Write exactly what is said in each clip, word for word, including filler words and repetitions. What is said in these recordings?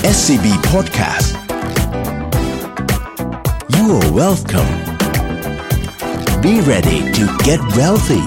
เอส ซี บี Podcast You are welcome Be ready to get wealthy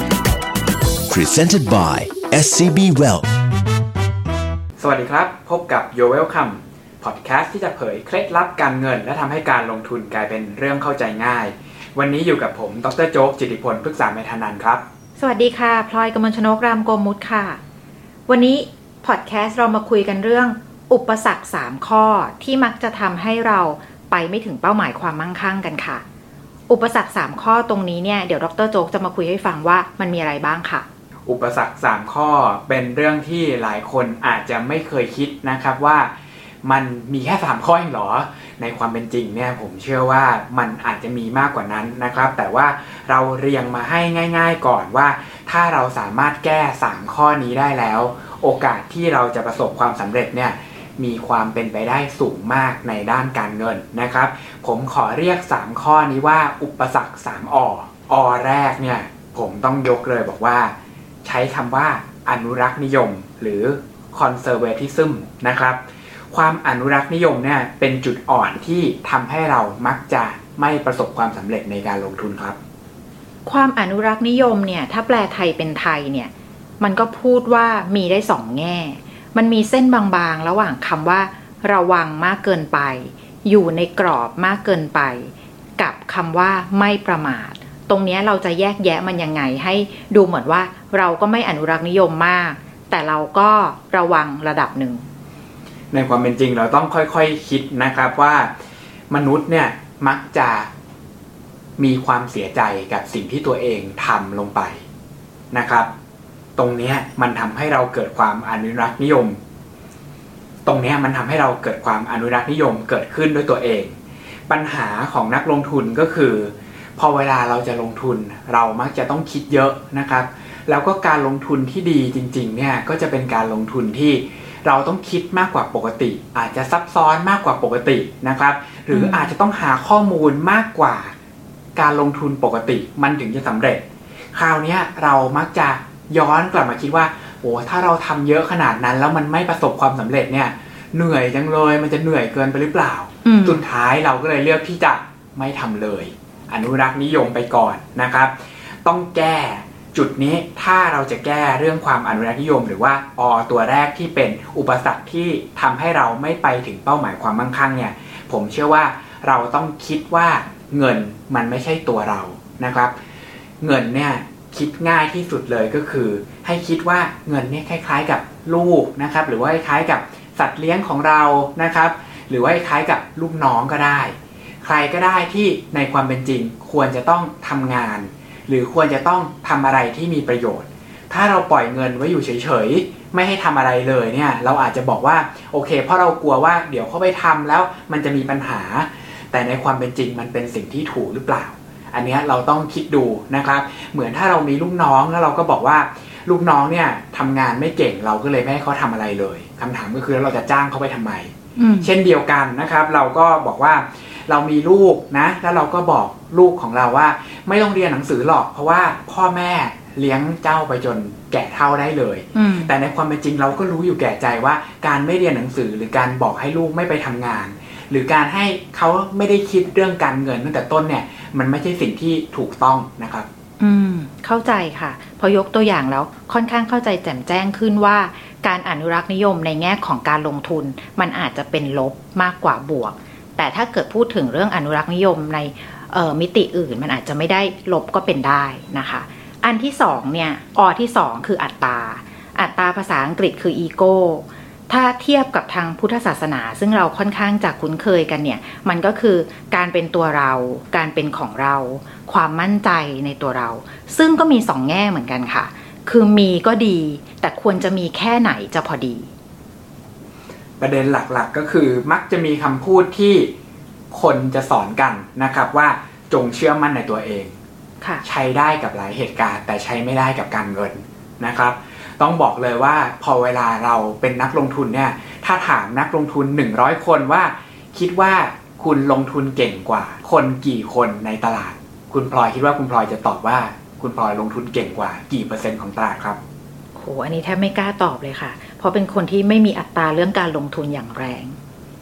Presented by เอส ซี บี Wealth สวัสดีครับพบกับ You're Welcome Podcast ที่จะเผยเคล็ดลับการเงินและทำให้การลงทุนกลายเป็นเรื่องเข้าใจง่ายวันนี้อยู่กับผมดร.โจ๊กจิตติพลพฤกษาเมธานันท์ครับสวัสดีค่ะพลอยกมลชนกรามโกมุตค่ะวันนี้พอดแคสต์เรามาคุยกันเรื่องอุปสรรคสามข้อที่มักจะทำให้เราไปไม่ถึงเป้าหมายความมั่งคั่งกันค่ะอุปสรรคสามข้อตรงนี้เนี่ยเดี๋ยวดร.โจ๊กจะมาคุยให้ฟังว่ามันมีอะไรบ้างค่ะอุปสรรคสามข้อเป็นเรื่องที่หลายคนอาจจะไม่เคยคิดนะครับว่ามันมีแค่สามข้อเองเหรอในความเป็นจริงเนี่ยผมเชื่อว่ามันอาจจะมีมากกว่านั้นนะครับแต่ว่าเราเรียงมาให้ง่ายๆก่อนว่าถ้าเราสามารถแก้สามข้อนี้ได้แล้วโอกาสที่เราจะประสบความสำเร็จเนี่ยมีความเป็นไปได้สูงมากในด้านการเงินนะครับผมขอเรียกสามข้อนี้ว่าอุปสรรคสามออแรกเนี่ยผมต้องยกเลยบอกว่าใช้คำว่าอนุรักษ์นิยมหรือ conservatism นะครับความอนุรักษ์นิยมเนี่ยเป็นจุดอ่อนที่ทำให้เรามักจะไม่ประสบความสำเร็จในการลงทุนครับความอนุรักษ์นิยมเนี่ยถ้าแปลไทยเป็นไทยเนี่ยมันก็พูดว่ามีได้สองแง่มันมีเส้นบางๆระหว่างคำว่าระวังมากเกินไปอยู่ในกรอบมากเกินไปกับคำว่าไม่ประมาทตรงนี้เราจะแยกแยะมันยังไงให้ดูเหมือนว่าเราก็ไม่อนุรักษ์นิยมมากแต่เราก็ระวังระดับหนึ่งในความเป็นจริงเราต้องค่อยๆ ค, คิดนะครับว่ามนุษย์เนี่ยมักจะมีความเสียใจกับสิ่งที่ตัวเองทำลงไปนะครับตรงนี้มันทำให้เราเกิดความอนุรักษ์นิยมตรงนี้มันทำให้เราเกิดความอนุรักษ์นิยมเกิดขึ้นด้วยตัวเองปัญหาของนักลงทุนก็คือพอเวลาเราจะลงทุนเรามักจะต้องคิดเยอะนะครับแล้วก็การลงทุนที่ดีจริงๆเนี่ยก็จะเป็นการลงทุนที่เราต้องคิดมากกว่าปกติอาจจะซับซ้อนมากกว่าปกตินะครับหรืออาจจะต้องหาข้อมูลมากกว่าการลงทุนปกติมันถึงจะสำเร็จคราวนี้เรามักจะย้อนกลับมาคิดว่าโอ้ถ้าเราทำเยอะขนาดนั้นแล้วมันไม่ประสบความสำเร็จเนี่ยเหนื่อยจังเลยมันจะเหนื่อยเกินไปหรือเปล่าสุดท้ายเราก็เลยเลือกที่จะไม่ทำเลยอนุรักษ์นิยมไปก่อนนะครับต้องแก้จุดนี้ถ้าเราจะแก้เรื่องความอนุรักษ์นิยมหรือว่าอตัวแรกที่เป็นอุปสรรคที่ทำให้เราไม่ไปถึงเป้าหมายความมั่งคั่งเนี่ยผมเชื่อว่าเราต้องคิดว่าเงินมันไม่ใช่ตัวเรานะครับเงินเนี่ยคิดง่ายที่สุดเลยก็คือให้คิดว่าเงินเนี่ยคล้ายๆกับลูกนะครับหรือว่าคล้ายๆกับสัตว์เลี้ยงของเรานะครับหรือว่าคล้ายๆกับลูกน้องก็ได้ใครก็ได้ที่ในความเป็นจริงควรจะต้องทำงานหรือควรจะต้องทำอะไรที่มีประโยชน์ถ้าเราปล่อยเงินไว้อยู่เฉยๆไม่ให้ทำอะไรเลยเนี่ยเราอาจจะบอกว่าโอเคเพราะเรากลัวว่าเดี๋ยวเขาไปทำแล้วมันจะมีปัญหาแต่ในความเป็นจริงมันเป็นสิ่งที่ถูกหรือเปล่าอันนี้เราต้องคิดดูนะครับเหมือนถ้าเรามีลูกน้องแล้วเราก็บอกว่าลูกน้องเนี่ยทำงานไม่เก่งเราก็เลยไม่ให้เขาทำอะไรเลยคำถามก็คือเราจะจ้างเขาไปทำไมเช่นเดียวกันนะครับเราก็บอกว่าเรามีลูกนะแล้วเราก็บอกลูกของเราว่าไม่ต้องเรียนหนังสือหรอกเพราะว่าพ่อแม่เลี้ยงเจ้าไปจนแก่เฒ่าได้เลยแต่ในความเป็นจริงเราก็รู้อยู่แก่ใจว่าการไม่เรียนหนังสือหรือการบอกให้ลูกไม่ไปทำงานหรือการให้เขาไม่ได้คิดเรื่องการเงินตั้งแต่ต้นเนี่ยมันไม่ใช่สิ่งที่ถูกต้องนะครับอืมเข้าใจค่ะพอยกตัวอย่างแล้วค่อนข้างเข้าใจแจ่มแจ้งขึ้นว่าการอนุรักษ์นิยมในแง่ของการลงทุนมันอาจจะเป็นลบมากกว่าบวกแต่ถ้าเกิดพูดถึงเรื่องอนุรักษ์นิยมในมิติอื่นมันอาจจะไม่ได้ลบก็เป็นได้นะคะอันที่สองเนี่ยอที่สองคืออัตตาอัตตาภาษาอังกฤษคืออีโก้ถ้าเทียบกับทางพุทธศาสนาซึ่งเราค่อนข้างจะคุ้นเคยกันเนี่ยมันก็คือการเป็นตัวเราการเป็นของเราความมั่นใจในตัวเราซึ่งก็มีสองแง่เหมือนกันค่ะคือมีก็ดีแต่ควรจะมีแค่ไหนจะพอดีประเด็นหลักๆก็คือมักจะมีคำพูดที่คนจะสอนกันนะครับว่าจงเชื่อมั่นในตัวเองใช้ได้กับหลายเหตุการณ์แต่ใช้ไม่ได้กับการเงินนะครับต้องบอกเลยว่าพอเวลาเราเป็นนักลงทุนเนี่ยถ้าถามนักลงทุนหนึ่งร้อยคนว่าคิดว่าคุณลงทุนเก่งกว่าคนกี่คนในตลาดคุณพลอยคิดว่าคุณพลอยจะตอบว่าคุณพลอยลงทุนเก่งกว่ากี่เปอร์เซ็นต์ของตลาดครับโหอันนี้แทบไม่กล้าตอบเลยค่ะเพราะเป็นคนที่ไม่มีอัตราเรื่องการลงทุนอย่างแรง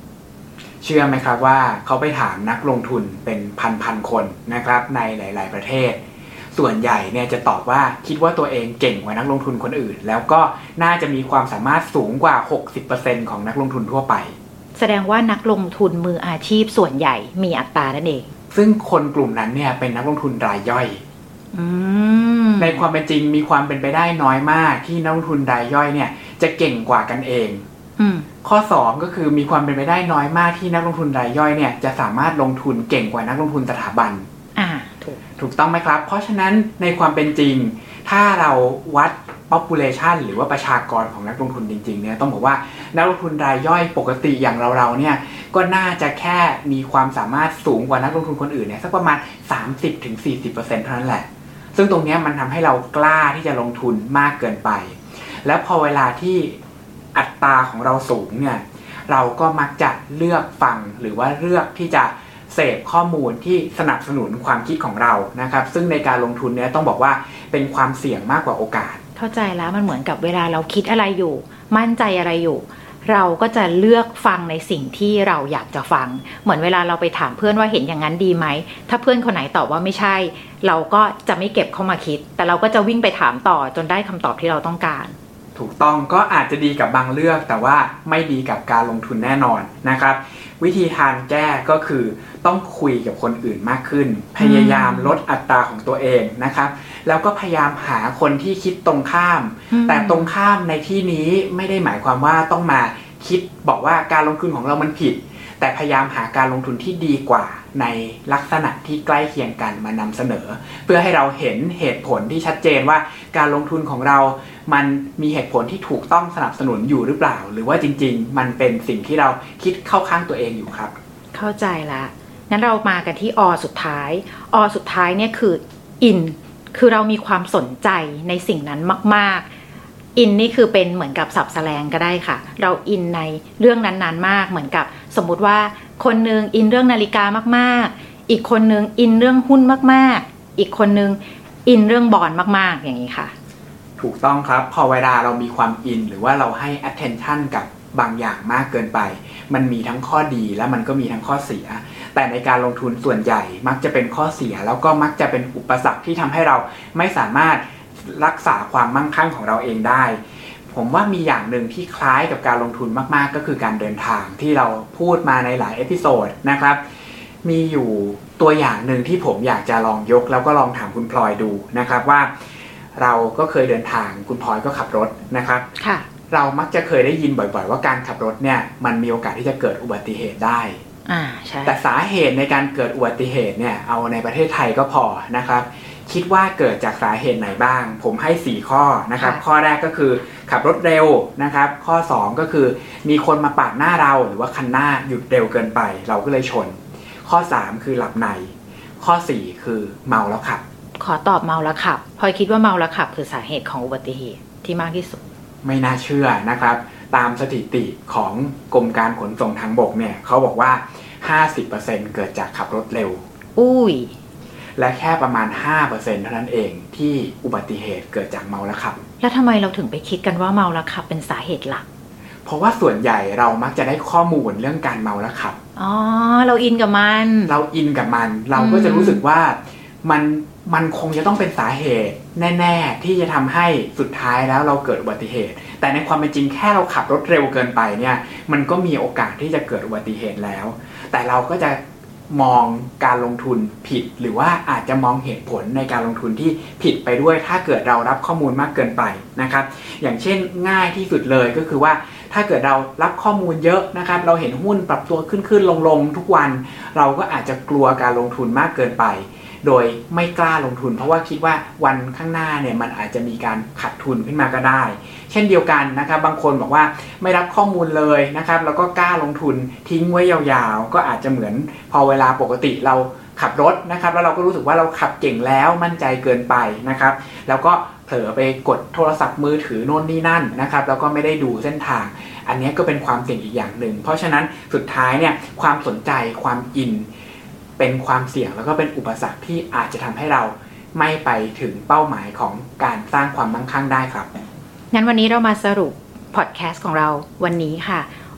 เชื่อไหมครับว่าเขาไปถามนักลงทุนเป็นพันๆคนนะครับในหลายๆประเทศส่วนใหญ่เนี่ยจะตอบว่าคิดว่าตัวเองเก่งกว่านักลงทุนคนอื่นแล้วก็น่าจะมีความสามารถสูงกว่า หกสิบเปอร์เซ็นต์ ของนักลงทุนทั่วไปแสดงว่านักลงทุนมืออาชีพส่วนใหญ่มีอัตรานั่นเองซึ่งคนกลุ่มนั้นเนี่ยเป็นนักลงทุนรายย่อยในความเป็นจริงมีความเป็นไปได้น้อยมากที่นักลงทุนรายย่อยเนี่ยจะเก่งกว่ากันเองข้อสองก็คือมีความเป็นไปได้น้อยมากที่นักลงทุนรายย่อยเนี่ยจะสามารถลงทุนเก่งกว่านักลงทุนสถาบันอ่าถูกถูกต้องไหมครับเพราะฉะนั้นในความเป็นจริงถ้าเราวัด population หรือว่าประชากรของนักลงทุนจริงๆเนี่ยต้องบอกว่านักลงทุนรายย่อยปกติอย่างเราๆเนี่ยก็น่าจะแค่มีความสามารถสูงกว่านักลงทุนคนอื่นเนี่ยสักประมาณ สามสิบถึงสี่สิบเปอร์เซ็นต์ เท่านั้นแหละซึ่งตรงนี้มันทำให้เรากล้าที่จะลงทุนมากเกินไปแล้วพอเวลาที่อัตราของเราสูงเนี่ยเราก็มักจะเลือกฟังหรือว่าเลือกที่จะเสพข้อมูลที่สนับสนุนความคิดของเรานะครับซึ่งในการลงทุนเนี่ยต้องบอกว่าเป็นความเสี่ยงมากกว่าโอกาสเข้าใจแล้วมันเหมือนกับเวลาเราคิดอะไรอยู่มั่นใจอะไรอยู่เราก็จะเลือกฟังในสิ่งที่เราอยากจะฟังเหมือนเวลาเราไปถามเพื่อนว่าเห็นอย่างนั้นดีไหมถ้าเพื่อนคนไหนตอบว่าไม่ใช่เราก็จะไม่เก็บเข้ามาคิดแต่เราก็จะวิ่งไปถามต่อจนได้คำตอบที่เราต้องการถูกต้องก็อาจจะดีกับบางเลือกแต่ว่าไม่ดีกับการลงทุนแน่นอนนะครับวิธีทางแก้ก็คือต้องคุยกับคนอื่นมากขึ้นพยายามลดอัตราของตัวเองนะครับแล้วก็พยายามหาคนที่คิดตรงข้ามแต่ตรงข้ามในที่นี้ไม่ได้หมายความว่าต้องมาคิดบอกว่าการลงทุนของเรามันผิดแต่พยายามหาการลงทุนที่ดีกว่าในลักษณะที่ใกล้เคียงกันมานำเสนอเพื่อให้เราเห็นเหตุผลที่ชัดเจนว่าการลงทุนของเรามันมีเหตุผลที่ถูกต้องสนับสนุนอยู่หรือเปล่าหรือว่าจริงๆมันเป็นสิ่งที่เราคิดเข้าข้างตัวเองอยู่ครับเข้าใจละงั้นเรามากันที่อสุดท้ายอสุดท้ายเนี่ยคืออินคือเรามีความสนใจในสิ่งนั้นมากๆอินนี่คือเป็นเหมือนกับศัพท์แสลงก็ได้ค่ะเราอินในเรื่องนั้นๆมากเหมือนกับสมมุติว่าคนนึงอินเรื่องนาฬิกามากๆอีกคนนึงอินเรื่องหุ้นมากๆอีกคนนึงอินเรื่องบอนด์มากๆอย่างนี้ค่ะถูกต้องครับพอเวลาเรามีความอินหรือว่าเราให้ attention กับบางอย่างมากเกินไปมันมีทั้งข้อดีและมันก็มีทั้งข้อเสียแต่ในการลงทุนส่วนใหญ่มักจะเป็นข้อเสียแล้วก็มักจะเป็นอุปสรรคที่ทำให้เราไม่สามารถรักษาความมั่งคั่งของเราเองได้ผมว่ามีอย่างหนึ่งที่คล้ายกับการลงทุนมากๆก็คือการเดินทางที่เราพูดมาในหลายเอพิโซดนะครับมีอยู่ตัวอย่างหนึ่งที่ผมอยากจะลองยกแล้วก็ลองถามคุณพลอยดูนะครับว่าเราก็เคยเดินทางคุณพลอยก็ขับรถนะครับค่ะเรามักจะเคยได้ยินบ่อยๆว่าการขับรถเนี่ยมันมีโอกาสที่จะเกิดอุบัติเหตุได้อ่าใช่แต่สาเหตุในการเกิดอุบัติเหตุเนี่ยเอาในประเทศไทยก็พอนะครับคิดว่าเกิดจากสาเหตุไหนบ้างผมให้สี่ข้อนะครับข้อแรกก็คือขับรถเร็วนะครับข้อสองก็คือมีคนมาปาดหน้าเราหรือว่าคันหน้าหยุดเร็วเกินไปเราก็เลยชนข้อสามคือหลับในข้อสี่คือเมาแล้วขับขอตอบเมาแล้วขับพลอยคิดว่าเมาแล้วขับคือสาเหตุของอุบัติเหตุที่มากที่สุดไม่น่าเชื่อนะครับตามสถิติของกรมการขนส่งทางบกเนี่ยเขาบอกว่า ห้าสิบเปอร์เซ็นต์ เกิดจากขับรถเร็วอุ้ยและแค่ประมาณ ห้าเปอร์เซ็นต์ เท่านั้นเองที่อุบัติเหตุเกิดจากเมาแล้วขับแล้วทำไมเราถึงไปคิดกันว่าเมาแล้วขับเป็นสาเหตุหลักเพราะว่าส่วนใหญ่เรามักจะได้ข้อมูลเรื่องการเมาแล้วขับอ๋อเราอินกับมันเราอินกับมันเราก็จะรู้สึกว่ามันมันคงจะต้องเป็นสาเหตุแน่ๆที่จะทำให้สุดท้ายแล้วเราเกิดอุบัติเหตุแต่ในความเป็นจริงแค่เราขับรถเร็วเกินไปเนี่ยมันก็มีโอกาสที่จะเกิดอุบัติเหตุแล้วแต่เราก็จะมองการลงทุนผิดหรือว่าอาจจะมองเหตุผลในการลงทุนที่ผิดไปด้วยถ้าเกิดเรารับข้อมูลมากเกินไปนะครับอย่างเช่นง่ายที่สุดเลยก็คือว่าถ้าเกิดเรารับข้อมูลเยอะนะครับเราเห็นหุ้นปรับตัวขึ้นขึ้นลงลงทุกวันเราก็อาจจะกลัวการลงทุนมากเกินไปโดยไม่กล้าลงทุนเพราะว่าคิดว่าวันข้างหน้าเนี่ยมันอาจจะมีการขาดทุนขึ้นมาก็ได้เช่นเดียวกันนะครับบางคนบอกว่าไม่รับข้อมูลเลยนะครับแล้วก็กล้าลงทุนทิ้งไว้ยาวๆก็อาจจะเหมือนพอเวลาปกติเราขับรถนะครับแล้วเราก็รู้สึกว่าเราขับเก่งแล้วมั่นใจเกินไปนะครับแล้วก็เผลอไปกดโทรศัพท์มือถือโน่นนี่นั่นนะครับแล้วก็ไม่ได้ดูเส้นทางอันนี้ก็เป็นความเสี่ยงอีกอย่างหนึ่งเพราะฉะนั้นสุดท้ายเนี่ยความสนใจความอินเป็นความเสี่ยงแล้วก็เป็นอุปสรรคที่อาจจะทำให้เราไม่ไปถึงเป้าหมายของการสร้างความมั่งคั่งได้ครับงั้นวันนี้เรามาสรุปพอดแคสต์ของเราวันนี้ค่ะ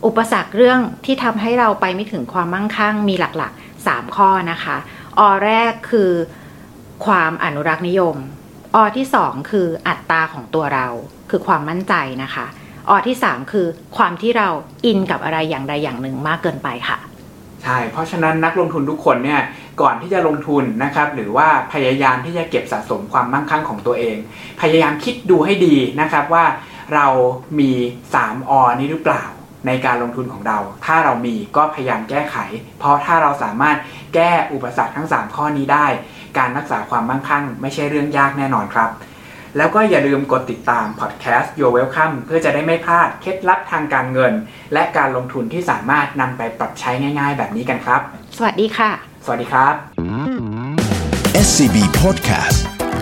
อุปสรรคเรื่องที่ทำให้เราไปไม่ถึงความมั่งคั่งมีหลักๆสามข้อนะคะอแรกคือความอนุรักษ์นิยมอที่สองคืออัตราของตัวเราคือความมั่นใจนะคะอที่สามคือความที่เราอินกับอะไรอย่างใดอย่างหนึ่งมากเกินไปค่ะใช่เพราะฉะนั้นนักลงทุนทุกคนเนี่ยก่อนที่จะลงทุนนะครับหรือว่าพยายามที่จะเก็บสะสมความมั่งคั่งของตัวเองพยายามคิดดูให้ดีนะครับว่าเรามีสามอนี้หรือเปล่าในการลงทุนของเราถ้าเรามีก็พยายามแก้ไขเพราะถ้าเราสามารถแก้อุปสรรคทั้งสามข้อนี้ได้การรักษาความมั่งคั่งไม่ใช่เรื่องยากแน่นอนครับแล้วก็อย่าลืมกดติดตามพอดแคสต์ You're Welcome เพื่อจะได้ไม่พลาดเคล็ดลับทางการเงินและการลงทุนที่สามารถนำไปปรับใช้ง่ายๆแบบนี้กันครับสวัสดีค่ะสวัสดีครับเอส ซี บี Podcast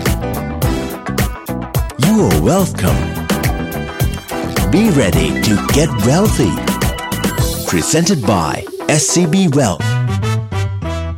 You're welcome Be ready to get wealthy Presented by เอส ซี บี Wealth